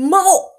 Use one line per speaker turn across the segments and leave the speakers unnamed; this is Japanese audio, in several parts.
魔王。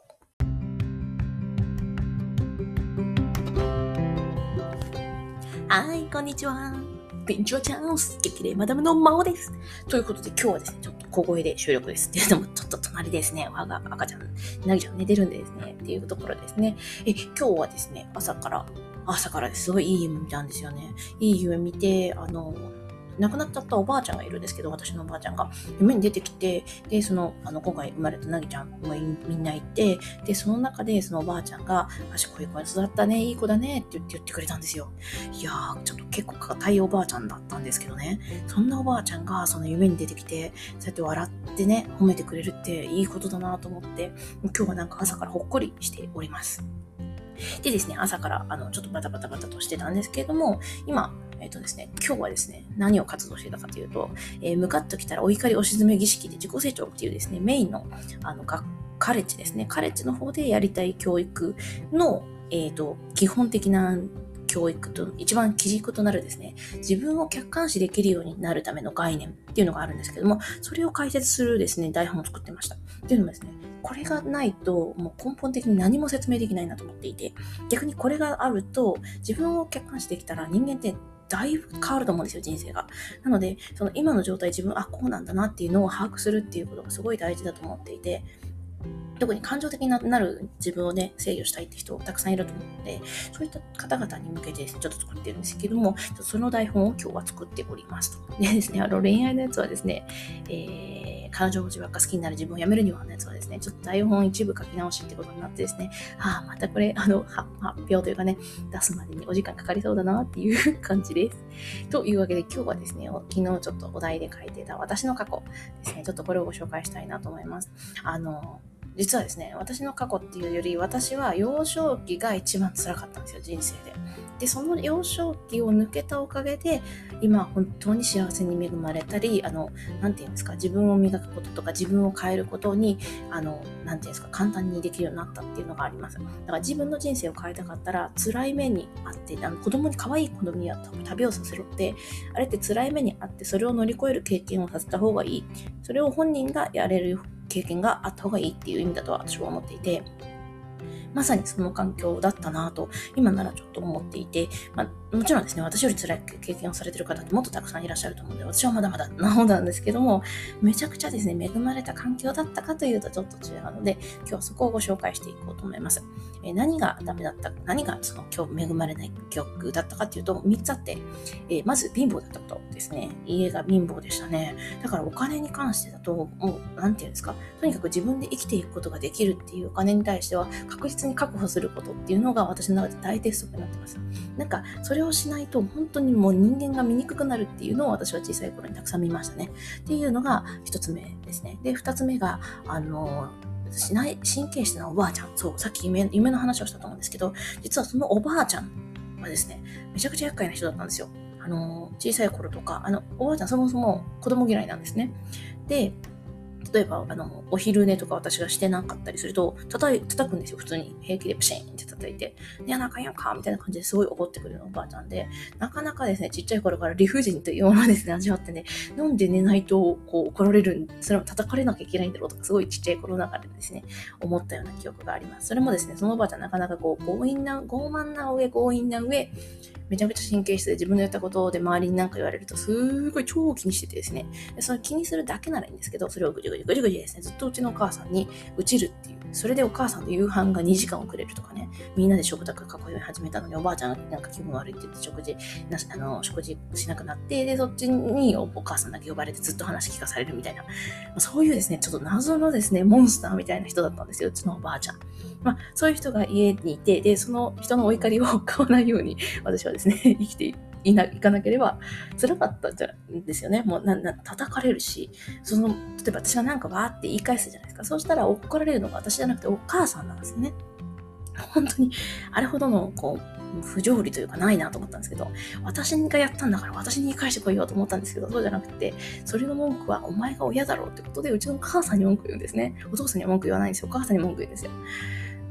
はい、こんにちは。ピンチョチャンス、激励マダムの魔王です。ということで今日はですね、ちょっと小声で収録です。っていうのもちょっと隣ですね、我が赤ちゃん、なぎちゃん寝てるんでですね、っていうところですね。今日はですね、朝からですごいいい夢見たんですよね。いい夢見て、亡くなっちゃったおばあちゃんがいるんですけど、私のおばあちゃんが夢に出てきて、で、今回生まれたなぎちゃんもみんないて、で、その中でそのおばあちゃんが、こういう子に育ったね、いい子だねって言ってくれたんですよ。いやー、ちょっと結構硬いおばあちゃんだったんですけどね、そんなおばあちゃんがその夢に出てきて、そうやって笑ってね、褒めてくれるっていいことだなと思って、今日はなんか朝からほっこりしております。でですね、朝からちょっとバタバタとしてたんですけれども、今ですね、今日はですね、何を活動してたかというと、向かってきたらお怒りお沈め儀式で自己成長っていうですね、メインのカレッジですね、カレッジの方でやりたい教育の、基本的な教育と一番基軸となるですね、自分を客観視できるようになるための概念っていうのがあるんですけども、それを解説するですね、台本を作ってました。っていうのもですね、これがないともう根本的に何も説明できないなと思っていて、逆にこれがあると自分を客観視できたら人間ってだいぶ変わると思うんですよ、人生が。なので、その今の状態、自分、こうなんだなっていうのを把握するっていうことがすごい大事だと思っていて、特に感情的になる自分をね、制御したいって人たくさんいると思うので、そういった方々に向けてちょっと作ってるんですけども、その台本を今日は作っておりますと。でですね、恋愛のやつはですね、彼女ばっか好きになる自分をやめるにはのやつはですね、ちょっと台本一部書き直しってことになってですね、またこれ、発表というかね、出すまでにお時間かかりそうだなっていう感じです。というわけで今日はですね、昨日ちょっとお題で書いてた私の過去ですね、ちょっとこれをご紹介したいなと思います。実はですね、私の過去っていうより、私は幼少期が一番辛かったんですよ、人生で。で、その幼少期を抜けたおかげで、今本当に幸せに恵まれたり、なんていうんですか、自分を磨くこととか自分を変えることに、なんていうんですか、簡単にできるようになったっていうのがあります。だから自分の人生を変えたかったら、辛い目にあって、可愛い子供には旅をさせろって、あれって辛い目にあって、それを乗り越える経験をさせた方がいい。それを本人がやれる経験があった方がいいっていう意味だと私は思っていて、まさにその環境だったなと今ならちょっと思っていて、もちろんですね、私より辛い経験をされている方ってもっとたくさんいらっしゃると思うので、私はまだまだな方なんですけども、めちゃくちゃですね、恵まれた環境だったかというとちょっと違うので、今日はそこをご紹介していこうと思います。何がダメだった、何がその今日恵まれない曲だったかというと3つあって、まず貧乏だったことですね。家が貧乏でしたね。だからお金に関してだと、もうなんていうんですか、とにかく自分で生きていくことができるっていうお金に対しては確実に確保することっていうのが私の中で大鉄則になってます。なんかそれをしないと本当にもう人間が醜くなるっていうのを私は小さい頃にたくさん見ましたね。っていうのが一つ目ですね。で、二つ目が神経質なおばあちゃん。そう、さっき夢の話をしたと思うんですけど、実はそのおばあちゃんはですね、めちゃくちゃ厄介な人だったんですよ。小さい頃とか、おばあちゃんそもそも子供嫌いなんですね。で、例えば、お昼寝とか私がしてなかったりすると、叩くんですよ、普通に。平気でプシーンって叩いて。やなあかんやんか、みたいな感じですごい怒ってくるのおばあちゃんで、なかなかですね、ちっちゃい頃から理不尽というものをですね、味わってね、なんで寝ないと、怒られるそれも叩かれなきゃいけないんだろうとか、すごいちっちゃい頃ながらでですね、思ったような記憶があります。それもですね、そのおばあちゃんなかなか傲慢な上、めちゃめちゃ神経質で自分のやったことで周りに何か言われるとすごい超気にしててですね、でその気にするだけならいいんですけど、それをぐじぐじですね、ずっとうちのお母さんに愚痴るっていう、それでお母さんの夕飯が2時間遅れるとかね、みんなで食卓囲み始めたのにおばあちゃんがなんか気分悪いって言って食事しなくなって、でそっちにお母さんだけ呼ばれてずっと話聞かされるみたいな、そういうですね、ちょっと謎のですね、モンスターみたいな人だったんですよ、うちのおばあちゃん。そういう人が家にいて、でその人のお怒りを買わないように私はですね、生きていかなければ辛かったんですよね。もう叩かれるし、例えば私がなんかわーって言い返すじゃないですか。そうしたら怒られるのが私じゃなくてお母さんなんですよね。本当にあれほどの不条理というかないなと思ったんですけど、私がやったんだから私に言い返してこいよと思ったんですけど、そうじゃなくて、それの文句はお前が親だろうってことでうちの母さんに文句言うんですね。お父さんには文句言わないんですよ。お母さんに文句言うんですよ。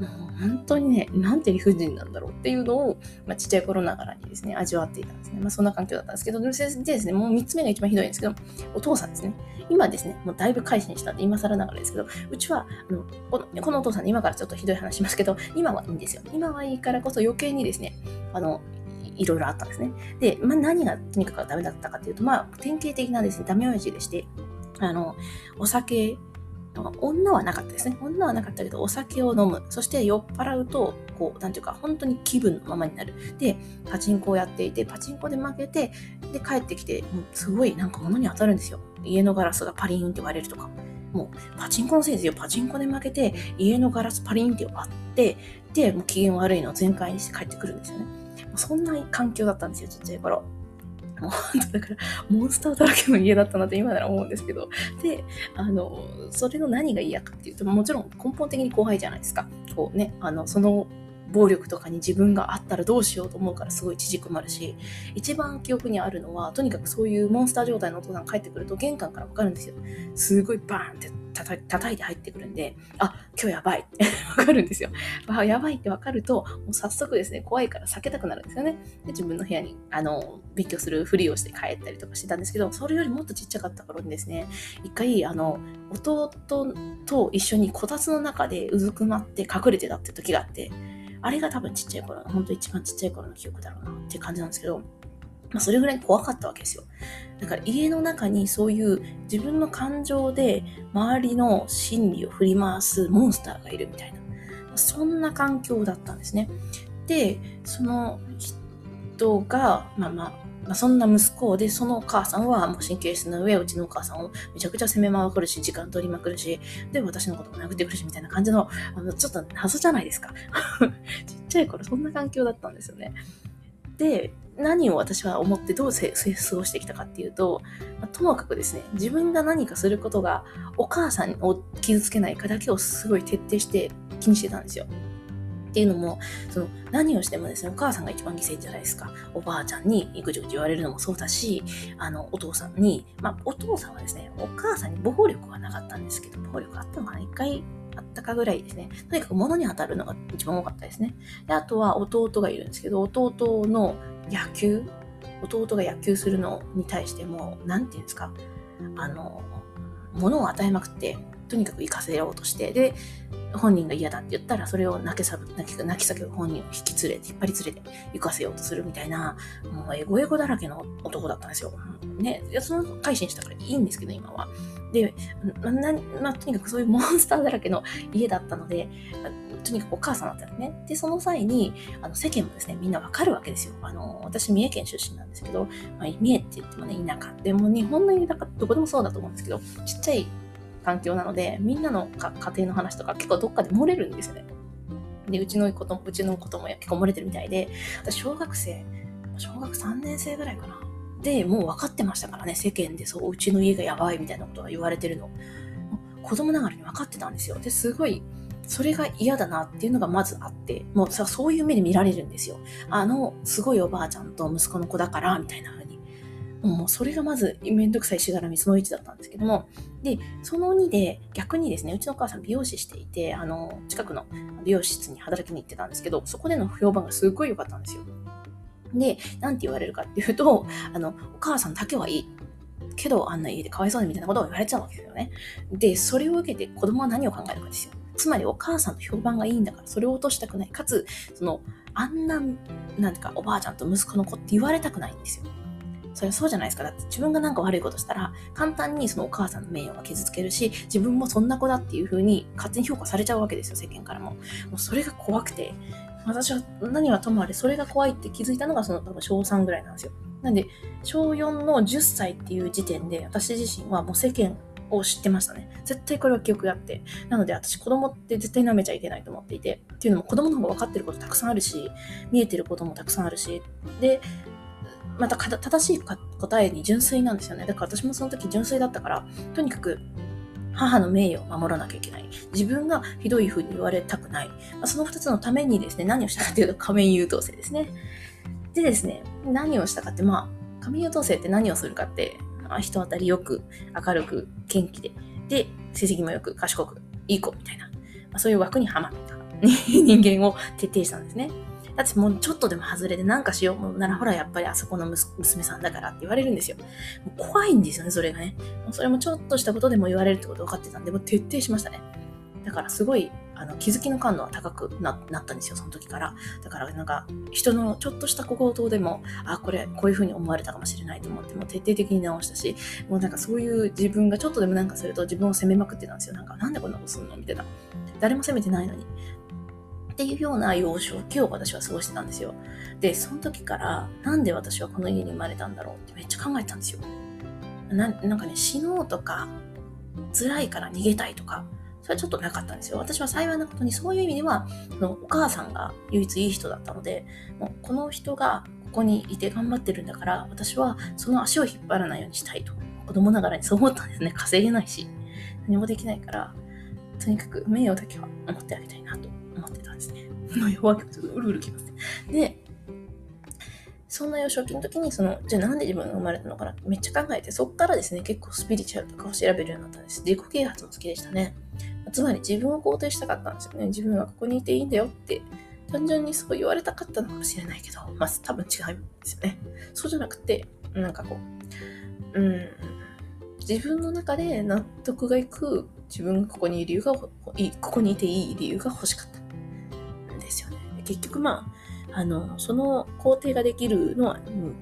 もう本当にね、なんて理不尽なんだろうっていうのを、ちっちゃい頃ながらにですね、味わっていたんですね。そんな環境だったんですけど、でですね、もう3つ目が一番ひどいんですけど、お父さんですね。今ですね、もうだいぶ改心したんで、今更ながらですけど、うちは、このお父さんね、今からちょっとひどい話しますけど、今はいいんですよ。今はいいからこそ余計にですね、いろいろあったんですね。で、何がとにかくダメだったかというと、典型的なですね、ダメ親父でして、お酒、女はなかったですね。女はなかったけど、お酒を飲む。そして酔っ払うと、なんていうか、本当に気分のままになる。で、パチンコをやっていて、パチンコで負けて、で、帰ってきて、もうすごいなんか物に当たるんですよ。家のガラスがパリーンって割れるとか。もう、パチンコのせいですよ。パチンコで負けて、家のガラスパリーンって割って、で、もう機嫌悪いのを全開にして帰ってくるんですよね。そんな環境だったんですよ、ちっちゃい頃。もう本当だからモンスターだらけの家だったなって今なら思うんですけど、で、それの何が嫌かっていうと、もちろん根本的に怖いじゃないですか。その暴力とかに自分があったらどうしようと思うからすごい縮こまるし、一番記憶にあるのは、とにかくそういうモンスター状態のお父さん帰ってくると玄関からわかるんですよ。すごいバーンって叩いて入ってくるんで、今日やばいってわかるんですよ。やばいってわかると、もう早速ですね、怖いから避けたくなるんですよね。で、自分の部屋に、勉強するふりをして帰ったりとかしてたんですけど、それよりもっとちっちゃかった頃にですね、一回、弟と一緒にこたつの中でうずくまって隠れてたって時があって、あれが多分ちっちゃい頃の、本当一番ちっちゃい頃の記憶だろうなっていう感じなんですけど、それぐらい怖かったわけですよ。だから家の中にそういう自分の感情で周りの心理を振り回すモンスターがいるみたいな、そんな環境だったんですね。で、その人が、そんな息子で、そのお母さんはもう神経質な上、うちのお母さんをめちゃくちゃ責めまくるし、時間取りまくるし、で、私のことも殴ってくるし、みたいな感じの、ちょっと謎じゃないですか。ちっちゃい頃そんな環境だったんですよね。で、何を私は思ってどう過ごしてきたかっていうと、ともかくですね、自分が何かすることがお母さんを傷つけないかだけをすごい徹底して気にしてたんですよ。っていうのも、何をしてもですね、お母さんが一番犠牲じゃないですか。おばあちゃんにぐちぐち言われるのもそうだし、お父さんに、お父さんはですね、お母さんに暴力はなかったんですけど、暴力あったのかな、一回あったかぐらいですね。とにかく物に当たるのが一番多かったですね。で、あとは弟がいるんですけど、弟が野球するのに対しても、なんていうんですか、物を与えまくって、とにかく行かせようとして、で、本人が嫌だって言ったら、それを泣き叫ぶ本人を引っ張り連れて行かせようとするみたいな、もうエゴエゴだらけの男だったんですよ。ね、その改心したからいいんですけど、今は。で、とにかくそういうモンスターだらけの家だったので、とにかくお母さんだったんですね。で、その際に、世間もですね、みんなわかるわけですよ。私、三重県出身なんですけど、三重って言ってもね、田舎。でも日本の田舎、どこでもそうだと思うんですけど、ちっちゃい環境なので、みんなの家庭の話とか結構どっかで漏れるんですよね。で、うちのことも結構漏れてるみたいで、私小学3年生ぐらいかな。で、もう分かってましたからね、世間でうちの家がやばいみたいなことが言われてるの。子供ながらに分かってたんですよ。で、すごい、それが嫌だなっていうのがまずあって、もうそういう目で見られるんですよ。すごいおばあちゃんと息子の子だから、みたいな風に。もうそれがまずめんどくさいしがらみその1だったんですけども、で、その2で逆にですね、うちのお母さん美容師していて、近くの美容室に働きに行ってたんですけど、そこでの評判がすごい良かったんですよ。で、なんて言われるかっていうと、お母さんだけはいい。けど、あんな家でかわいそうにみたいなことを言われちゃうわけですよね。で、それを受けて子供は何を考えるかですよ。つまりお母さんの評判がいいんだから、それを落としたくない。かつ、なんてか、おばあちゃんと息子の子って言われたくないんですよ。それはそうじゃないですか。だって自分がなんか悪いことしたら、簡単にそのお母さんの名誉が傷つけるし、自分もそんな子だっていう風に勝手に評価されちゃうわけですよ、世間からも。もうそれが怖くて、私は何はともあれ、それが怖いって気づいたのが多分小3ぐらいなんですよ。なんで、小4の10歳っていう時点で、私自身はもう世間を知ってましたね。絶対これは記憶があって。なので私子供って絶対舐めちゃいけないと思っていて。っていうのも子供の方が分かってることたくさんあるし、見えてることもたくさんあるし、で、また正しい答えに純粋なんですよね。だから私もその時純粋だったから、とにかく母の名誉を守らなきゃいけない。自分がひどい風に言われたくない。その2つのためにですね、何をしたかというと仮面優等生ですね。でですね、何をしたかって、仮面優等生って何をするかって、人当たりよく、明るく、元気で、で、成績もよく、賢く、いい子みたいな、そういう枠にはまった。 人間を徹底したんですね。だってもうちょっとでも外れでなんかしようもんなら、ほらやっぱりあそこの娘さんだからって言われるんですよ。もう怖いんですよね、それがね。それもちょっとしたことでも言われるってこと分かってたんで、もう徹底しましたね。だからすごい、気づきの感度は高く なったんですよ、その時から。だからなんか、人のちょっとした小言でも、こういう風に思われたかもしれないと思って、もう徹底的に直したし、もうなんかそういう自分がちょっとでもなんかすると自分を責めまくってたんですよ。なんでこんなことすんのみたいな。誰も責めてないのに。っていうような幼少期を私は過ごしてたんですよ。で、その時から、なんで私はこの家に生まれたんだろうってめっちゃ考えてたんですよ。なんかね、死のうとか、辛いから逃げたいとか、それはちょっとなかったんですよ。私は幸いなことにそういう意味では、お母さんが唯一いい人だったので、もうこの人がここにいて頑張ってるんだから、私はその足を引っ張らないようにしたいと。子供ながらにそう思ったんですね。稼げないし、何もできないから、とにかく名誉だけは思ってあげたいなと思ってたんですね。弱くちょっとうるうるきますね。で、そんな幼少期の時にじゃあなんで自分が生まれたのかなってめっちゃ考えて、そっからですね、結構スピリチュアルとかを調べるようになったんです。自己啓発も好きでしたね。つまり自分を肯定したかったんですよね。自分はここにいていいんだよって、単純にそう言われたかったのかもしれないけど、多分違うんですよね。そうじゃなくて、なんかこう、自分の中で納得がいく自分がここにいる理由が、ここにいていい理由が欲しかったんですよね。結局その肯定ができるのは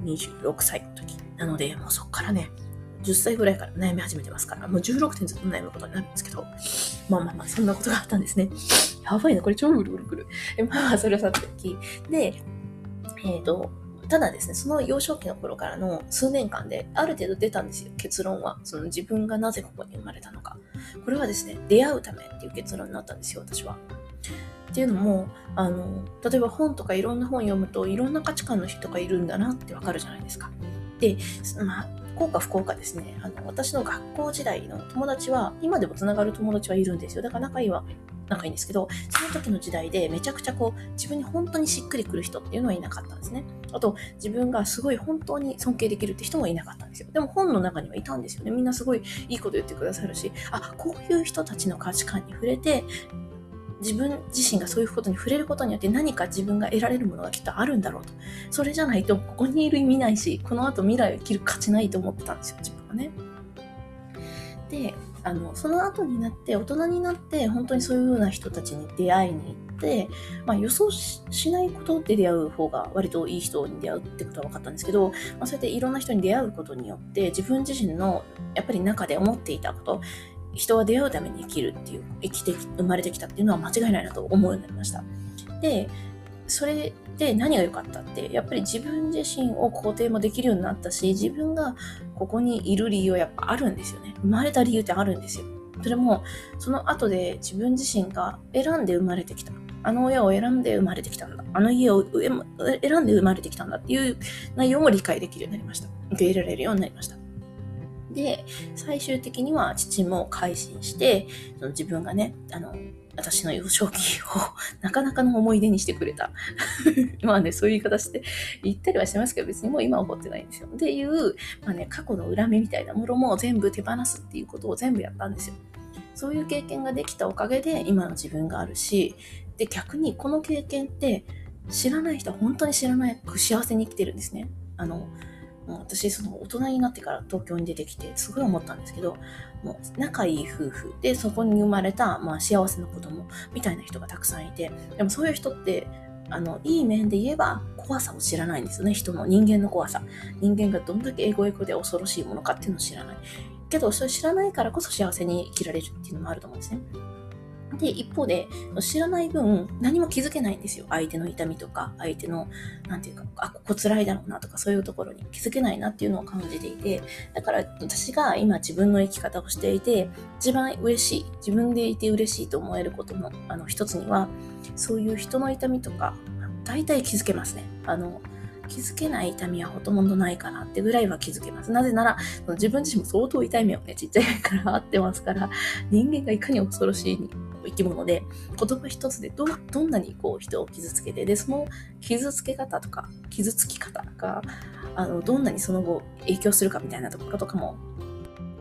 26歳の時なので、もうそこからね、10歳ぐらいから悩み始めてますから、もう16点ずっと悩むことになるんですけど、そんなことがあったんですね。やばいな、これ超うるうるくる。それはさておき。で、ただですね、その幼少期の頃からの数年間である程度出たんですよ、結論は。その自分がなぜここに生まれたのか。これはですね、出会うためっていう結論になったんですよ、私は。っていうのも、例えば本とかいろんな本読むといろんな価値観の人がいるんだなってわかるじゃないですか。で、幸か不幸かですね、私の学校時代の友達は、今でもつながる友達はいるんですよ。だから仲いいんですけど、その時の時代でめちゃくちゃ自分に本当にしっくりくる人っていうのはいなかったんですね。あと、自分がすごい本当に尊敬できるって人もいなかったんですよ。でも本の中にはいたんですよね。みんなすごいいいこと言ってくださるし、こういう人たちの価値観に触れて、自分自身がそういうことに触れることによって何か自分が得られるものがきっとあるんだろうと。それじゃないとここにいる意味ないし、この後未来を生きる価値ないと思ってたんですよ、自分はね。で、その後になって、大人になって、本当にそういうような人たちに出会いに行って、予想しないことで出会う方が割といい人に出会うってことは分かったんですけど、そうやっていろんな人に出会うことによって、自分自身のやっぱり中で思っていたこと、人は出会うために生きるっていう、生まれてきたっていうのは間違いないなと思うようになりました。で、それで何が良かったって、やっぱり自分自身を肯定もできるようになったし、自分がここにいる理由はやっぱあるんですよね。生まれた理由ってあるんですよ。それも、その後で自分自身が選んで生まれてきた。あの親を選んで生まれてきたんだ。あの家を選んで生まれてきたんだっていう内容も理解できるようになりました。受け入れられるようになりました。で、最終的には父も改心して、自分がね、私の幼少期をなかなかの思い出にしてくれた。そういう言い方して言ったりはしてますけど、別にもう今は怒ってないんですよ。っていう、過去の恨みみたいなものも全部手放すっていうことを全部やったんですよ。そういう経験ができたおかげで今の自分があるし、で、逆にこの経験って知らない人は本当に知らなく幸せに生きてるんですね。私、大人になってから東京に出てきて、すごい思ったんですけど、もう仲いい夫婦で、そこに生まれた、幸せな子供みたいな人がたくさんいて、でもそういう人って、いい面で言えば怖さを知らないんですよね。人間の怖さ。人間がどんだけエゴエゴで恐ろしいものかっていうのを知らない。けど、それ知らないからこそ幸せに生きられるっていうのもあると思うんですね。で、一方で、知らない分、何も気づけないんですよ。相手の痛みとか、相手の、ここ辛いだろうなとか、そういうところに気づけないなっていうのを感じていて、だから私が今自分の生き方をしていて、一番嬉しい、自分でいて嬉しいと思えることの、一つには、そういう人の痛みとか、大体気づけますね。気づけない痛みはほとんどないかなってぐらいは気づけます。なぜなら、自分自身も相当痛い目をね、ちっちゃいからあってますから、人間がいかに恐ろしい生き物で、言葉一つでどんなに人を傷つけて、で、その傷つけ方とか、傷つき方が、どんなにその後影響するかみたいなところとかも、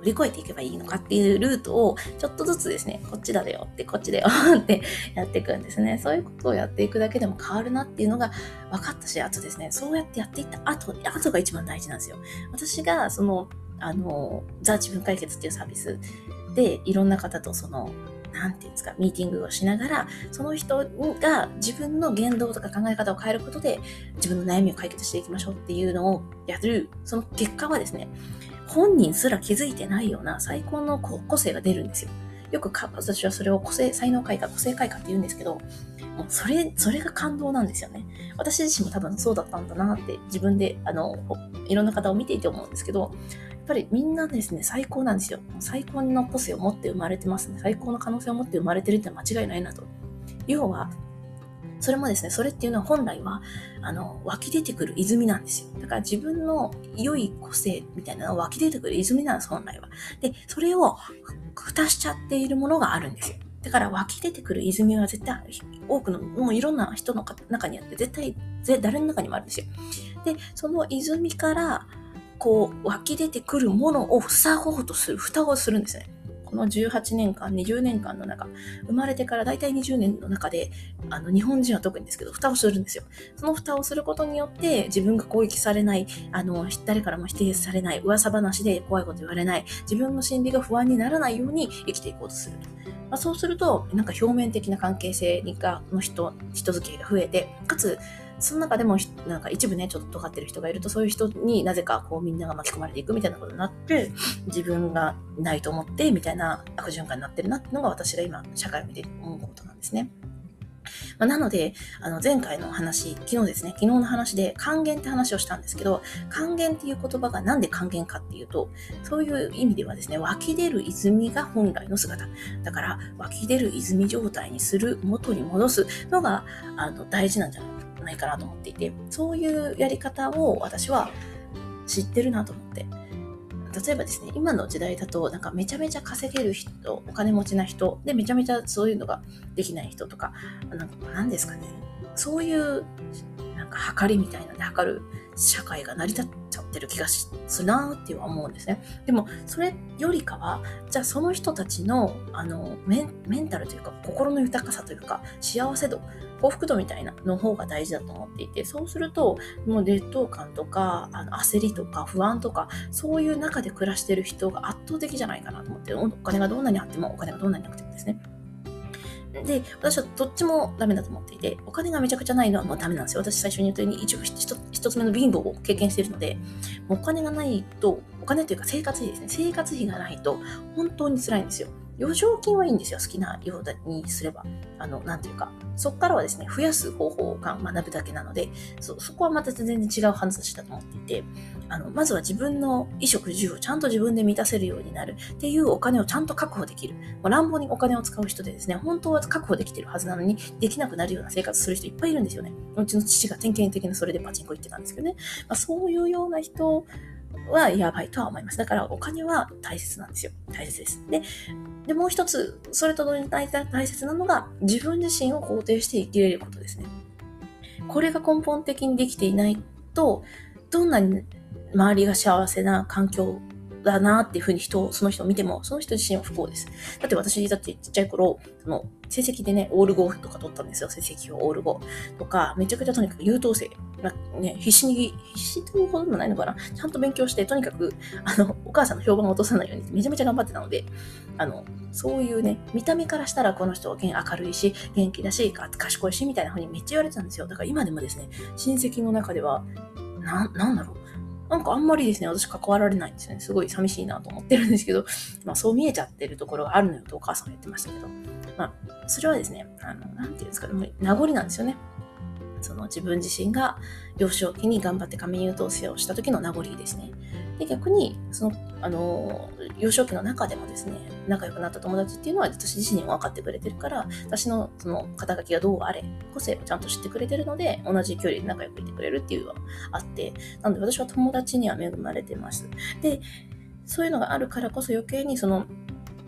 乗り越えていけばいいのかっていうルートをちょっとずつですね、こっちだよってこっちだよってやっていくんですね。そういうことをやっていくだけでも変わるなっていうのが分かったし、あとですね、そうやってやっていった後が一番大事なんですよ。私がザ・自分解決っていうサービスでいろんな方となんていうんですか、ミーティングをしながら、その人が自分の言動とか考え方を変えることで自分の悩みを解決していきましょうっていうのをやる、その結果はですね、本人すら気づいてないような最高の個性が出るんですよ。よく私はそれを才能開花、個性開花って言うんですけど、もうそれが感動なんですよね。私自身も多分そうだったんだなって自分でいろんな方を見ていて思うんですけど、やっぱりみんなですね、最高なんですよ。最高の個性を持って生まれてますね。最高の可能性を持って生まれてるって間違いないなと。要は、それもですね、それっていうのは本来は、湧き出てくる泉なんですよ。だから自分の良い個性みたいなのは湧き出てくる泉なんです、本来は。で、それを蓋しちゃっているものがあるんですよ。だから湧き出てくる泉は絶対多くの、もういろんな人の中にあって、絶対誰の中にもあるんですよ。で、その泉から湧き出てくるものを蓋をするんですね。この18年間、20年間の中、生まれてから大体20年の中で、日本人は特にですけど、蓋をするんですよ。その蓋をすることによって、自分が攻撃されない、誰からも否定されない、噂話で怖いこと言われない、自分の心理が不安にならないように生きていこうとすると。そうすると、なんか表面的な関係性の人付き合いが増えて、かつ、その中でもなんか一部ねちょっと尖ってる人がいると、そういう人になぜかみんなが巻き込まれていくみたいなことになって、自分がないと思ってみたいな悪循環になってるなっていうのが私が今社会を見て思うことなんですね。なので前回の話、昨日の話で還元って話をしたんですけど、還元っていう言葉がなんで還元かっていうと、そういう意味ではですね、湧き出る泉が本来の姿だから、湧き出る泉状態にする、元に戻すのが大事なんじゃないかなと思っていて、そういうやり方を私は知ってるなと思って、例えばですね、今の時代だとなんかめちゃめちゃ稼げる人、お金持ちな人でめちゃめちゃそういうのができない人とか、なんですかね、そういうなんか測りみたいなので測る社会が成り立っちゃってる気がするなって思うんですね。でもそれよりかは、じゃあその人たちのメンタルというか心の豊かさというか幸せ度、幸福度みたいなの方が大事だと思っていて、そうするともう劣等感とか焦りとか不安とか、そういう中で暮らしてる人が圧倒的じゃないかなと思って、お金がどんなにあってもお金がどんなになくてもですね。で、私はどっちもダメだと思っていて、お金がめちゃくちゃないのはもうダメなんですよ。私最初に言ったように一つ目の貧乏を経験しているので、お金がないと、お金というか生活費ですね。生活費がないと本当に辛いんですよ。余剰金はいいんですよ。好きなようにすれば。なんていうか、そこからはですね、増やす方法を学ぶだけなので、そこはまた全然違う話だと思っていて、まずは自分の衣食住をちゃんと自分で満たせるようになるっていうお金をちゃんと確保できる。乱暴にお金を使う人でですね、本当は確保できてるはずなのに、できなくなるような生活する人いっぱいいるんですよね。うちの父が典型的なそれでパチンコ行ってたんですけどね。そういうような人はやばいとは思います。だからお金は大切なんですよ。大切です。で、もう一つ、それと同時に大切なのが、自分自身を肯定して生きれることですね。これが根本的にできていないと、どんなに周りが幸せな環境だなっていうふうにその人を見ても、その人自身は不幸です。だって私ちっちゃい頃、成績でね、オール5とか取ったんですよ。成績をオール5とか、めちゃくちゃとにかく優等生がね、必死というほどでもないのかな。ちゃんと勉強して、とにかく、お母さんの評判を落とさないようにめちゃめちゃ頑張ってたので、そういうね、見た目からしたらこの人は明るいし、元気だし、賢いし、みたいな風にめっちゃ言われてたんですよ。だから今でもですね、親戚の中では、なんだろう。なんかあんまりですね、私関わられないんですよね。すごい寂しいなと思ってるんですけど、そう見えちゃってるところがあるのよとお母さんが言ってましたけど、それはですね、なんていうんですかね、名残なんですよね。自分自身が幼少期に頑張って仮面優等生をした時の名残ですね。で、逆に、幼少期の中でもですね、仲良くなった友達っていうのは私自身にも分かってくれてるから、私の肩書きがどうあれ、個性をちゃんと知ってくれてるので、同じ距離で仲良くいてくれるっていうのがあって、なので私は友達には恵まれてます。で、そういうのがあるからこそ余計に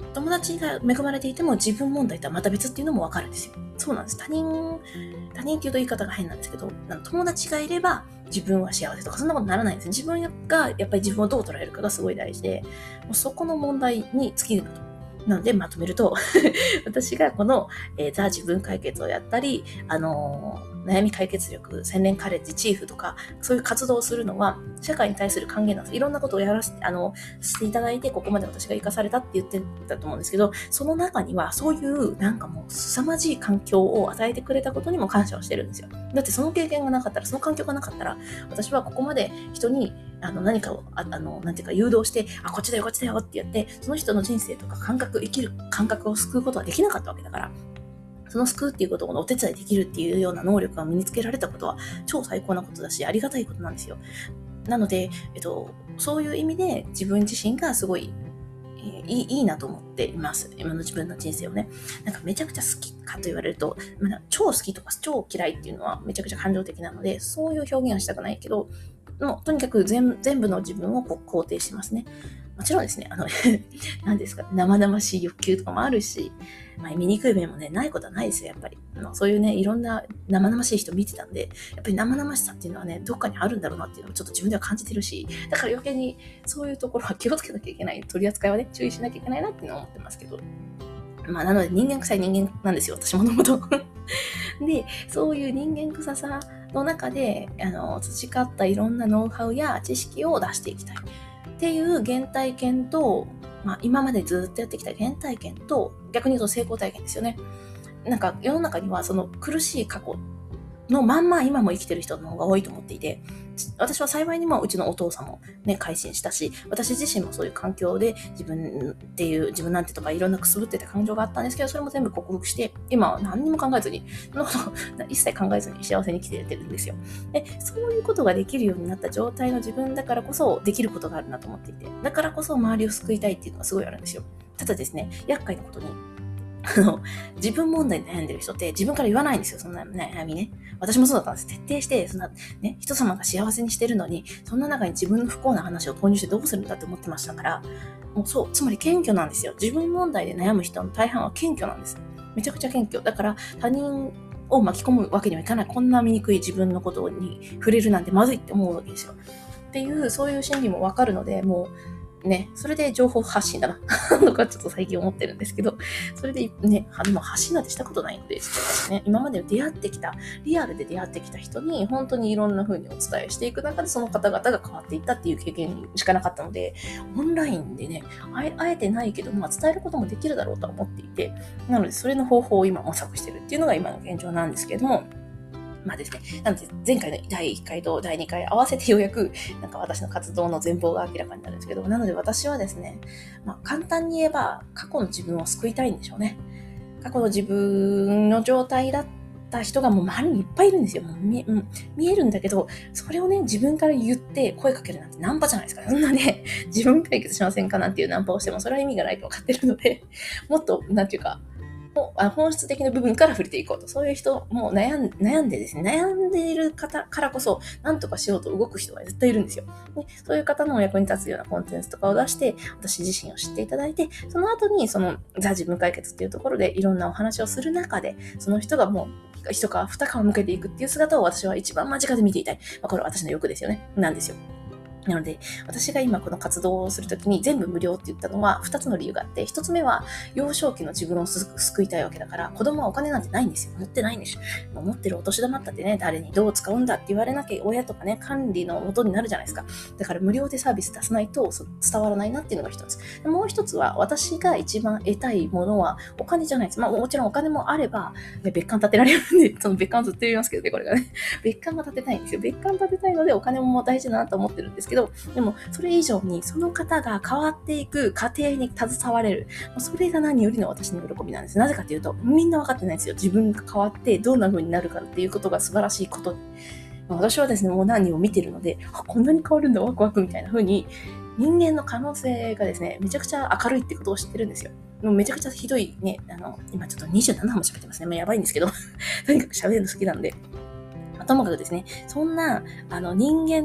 友達が恵まれていても自分問題とはまた別っていうのもわかるんですよ。そうなんです。他人っていうと言い方が変なんですけど、友達がいれば自分は幸せとかそんなことにならないんです。自分がやっぱり自分をどう捉えるかがすごい大事で、もうそこの問題に尽きるなと。なのでまとめると私がこの、ザ自分解決をやったり、悩み解決力、洗練カレッジ、チーフとか、そういう活動をするのは、社会に対する還元なんです。いろんなことをしていただいて、ここまで私が生かされたって言ってたと思うんですけど、その中には、そういう、もう、凄まじい環境を与えてくれたことにも感謝をしてるんですよ。だってその経験がなかったら、その環境がなかったら、私はここまで人に、何かを、誘導して、こっちだよってやって、その人の人生とか生きる感覚を救うことはできなかったわけだから、その救うっていうことをお手伝いできるっていうような能力が身につけられたことは超最高なことだし、ありがたいことなんですよ。なので、そういう意味で自分自身がすごい、いいなと思っています。今の自分の人生をね。めちゃくちゃ好きかと言われると、超好きとか超嫌いっていうのはめちゃくちゃ感情的なので、そういう表現はしたくないけど、もうとにかく全部の自分を肯定してますね。もちろんですね、何ですか、生々しい欲求とかもあるし、醜い面もね、ないことはないですよ、やっぱり。そういうね、いろんな生々しい人見てたんで、やっぱり生々しさっていうのはね、どっかにあるんだろうなっていうのをちょっと自分では感じてるし、だから余計にそういうところは気をつけなきゃいけない、取り扱いはね、注意しなきゃいけないなっていうのは思ってますけど。なので人間臭い人間なんですよ、私もともと。で、そういう人間臭さの中で、培ったいろんなノウハウや知識を出していきたい。っていう原体験と、今までずっとやってきた原体験と、逆に言うと成功体験ですよね。世の中にはその苦しい過去のまんま今も生きてる人の方が多いと思っていて、私は幸いにもうちのお父さんもね、改心したし、私自身もそういう環境で自分なんてとかいろんなくすぶってた感情があったんですけど、それも全部克服して、今は何にも考えずに、そのこと一切考えずに幸せに生きてるんですよ。で、そういうことができるようになった状態の自分だからこそできることがあるなと思っていて、だからこそ周りを救いたいっていうのがすごいあるんですよ。ただですね、厄介なことに、自分問題で悩んでる人って自分から言わないんですよ、そんな悩みね。私もそうだったんです。徹底して、そんなね、人様が幸せにしてるのに、そんな中に自分の不幸な話を投入してどうするんだって思ってましたから、もうそう、つまり謙虚なんですよ。自分問題で悩む人の大半は謙虚なんです。めちゃくちゃ謙虚。だから他人を巻き込むわけにはいかない。こんな醜い自分のことに触れるなんてまずいって思うわけですよ。っていう、そういう心理もわかるので、もう、ね、それで情報発信だなとかちょっと最近思ってるんですけど、それでね、でも発信なんてしたことないので、ね、今までリアルで出会ってきた人に本当にいろんな風にお伝えしていく中でその方々が変わっていったっていう経験しかなかったので、オンラインでね、あえてないけど、伝えることもできるだろうとは思っていて、なのでそれの方法を今模索してるっていうのが今の現状なんですけれども、ですね。なので、前回の第1回と第2回合わせてようやく、私の活動の全貌が明らかになるんですけど、なので私はですね、簡単に言えば、過去の自分を救いたいんでしょうね。過去の自分の状態だった人がもう周りにいっぱいいるんですよ。もう見えるんだけど、それをね、自分から言って声かけるなんてナンパじゃないですか。そんなね、自分解決しませんかなんていうナンパをしても、それは意味がないと分かってるので、もっと、本質的な部分から触れていこうと。そういう人も悩んでですね、悩んでいる方からこそ、何とかしようと動く人が絶対いるんですよ。でそういう方のお役に立つようなコンテンツとかを出して、私自身を知っていただいて、その後に、ザ自分解決っていうところでいろんなお話をする中で、その人がもう、一皮二皮向けていくっていう姿を私は一番間近で見ていたい。これは私の欲ですよね。なんですよ。なので、私が今この活動をするときに全部無料って言ったのは2つの理由があって、1つ目は幼少期の自分を救いたいわけだから、子供はお金なんてないんですよ。持ってないんですよ。持ってるお年玉ったってね、誰にどう使うんだって言われなきゃ親とかね、管理の元になるじゃないですか。だから無料でサービス出さないと伝わらないなっていうのが1つ。もう1つは、私が一番得たいものはお金じゃないです。もちろんお金もあれば、別館建てられるんで、その別館ずっと言いますけどね、これがね。別館が建てたいんですよ。別館建てたいのでお金も大事だなと思ってるんですけど、でもそれ以上にその方が変わっていく過程に携われる、それが何よりの私の喜びなんです。なぜかというと、みんな分かってないんですよ。自分が変わってどんな風になるかっていうことが素晴らしいこと。私はですね、もう何を見てるので、こんなに変わるんだ、ワクワクみたいな風に、人間の可能性がですね、めちゃくちゃ明るいってことを知ってるんですよ。もうめちゃくちゃひどいね、今ちょっと27分も喋ってますね。やばいんですけど、とにかく喋るの好きなんで。ともかくですね、そんな人間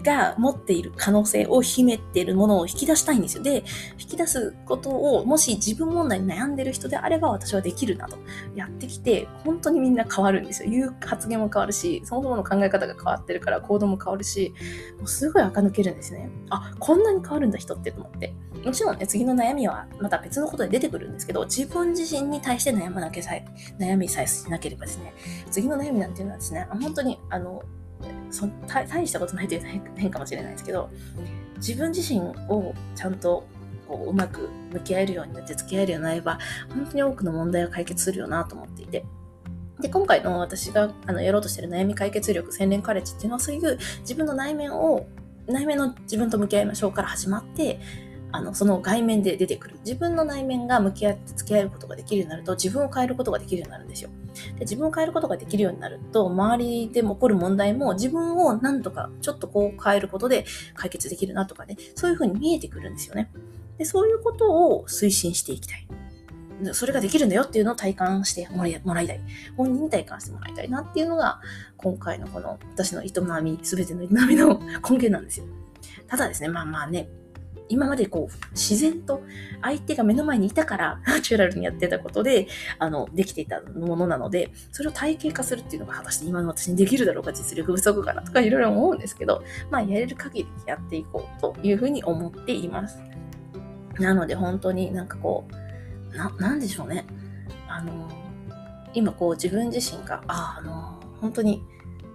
が持っている可能性を秘めているものを引き出したいんですよ。で、引き出すことを、もし自分問題に悩んでる人であれば私はできるなとやってきて、本当にみんな変わるんですよ。言う発言も変わるし、そもそもの考え方が変わってるから行動も変わるし、もうすごい垢抜けるんですね。あ、こんなに変わるんだ人ってと思って。もちろんね、次の悩みはまた別のことで出てくるんですけど、自分自身に対して悩みさえしなければですね、次の悩みなんていうのはですね、本当に大したことないという変かもしれないですけど、自分自身をちゃんとうまく向き合えるようになって付き合えるようになれば、本当に多くの問題を解決するよなと思っていて、で、今回の私がやろうとしている悩み解決力洗練カレッジっていうのは、そういう自分の内面の自分と向き合いましょうから始まって、その外面で出てくる自分の内面が向き合って付き合えることができるようになると、自分を変えることができるようになるんですよ。で、自分を変えることができるようになると、周りで起こる問題も自分を何とかちょっと変えることで解決できるなとかね、そういう風に見えてくるんですよね。で、そういうことを推進していきたい。それができるんだよっていうのを体感してもらいたい。本人に体感してもらいたいなっていうのが、今回のこの私の営み、すべての営みの根源なんですよ。ただですね、まあね、今まで自然と相手が目の前にいたからナチュラルにやってたことでできていたものなので、それを体系化するっていうのが果たして今の私にできるだろうか、実力不足かなとかいろいろ思うんですけど、やれる限りやっていこうというふうに思っています。なので本当になんでしょうね、今自分自身が本当に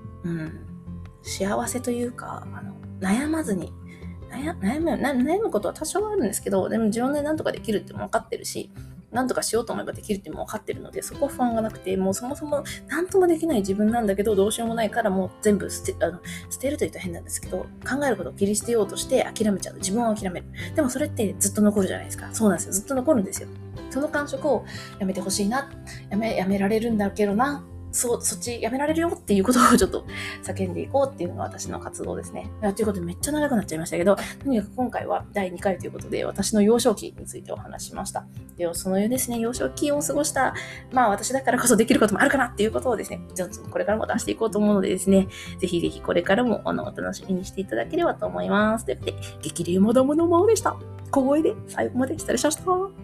幸せというか悩まずに悩むことは多少あるんですけど、でも自分で何とかできるっても分かってるし、何とかしようと思えばできるっても分かってるので、そこは不安がなくて、もうそもそも何ともできない自分なんだけど、どうしようもないからもう全部捨てると言うと変なんですけど、考えることを切り捨てようとして諦めちゃう。自分を諦める。でもそれってずっと残るじゃないですか。そうなんですよ。ずっと残るんですよ。その感触をやめてほしいな。やめられるんだけどな。そっちやめられるよっていうことをちょっと叫んでいこうっていうのが私の活動ですね。ということでめっちゃ長くなっちゃいましたけど、とにかく今回は第2回ということで私の幼少期についてお話しました。で、そのですね、幼少期を過ごした、私だからこそできることもあるかなっていうことをですね、これからも出していこうと思うのでですね、ぜひぜひこれからもお楽しみにしていただければと思います。ということで、激流もどものまおでした。小声で最後まで失礼しました。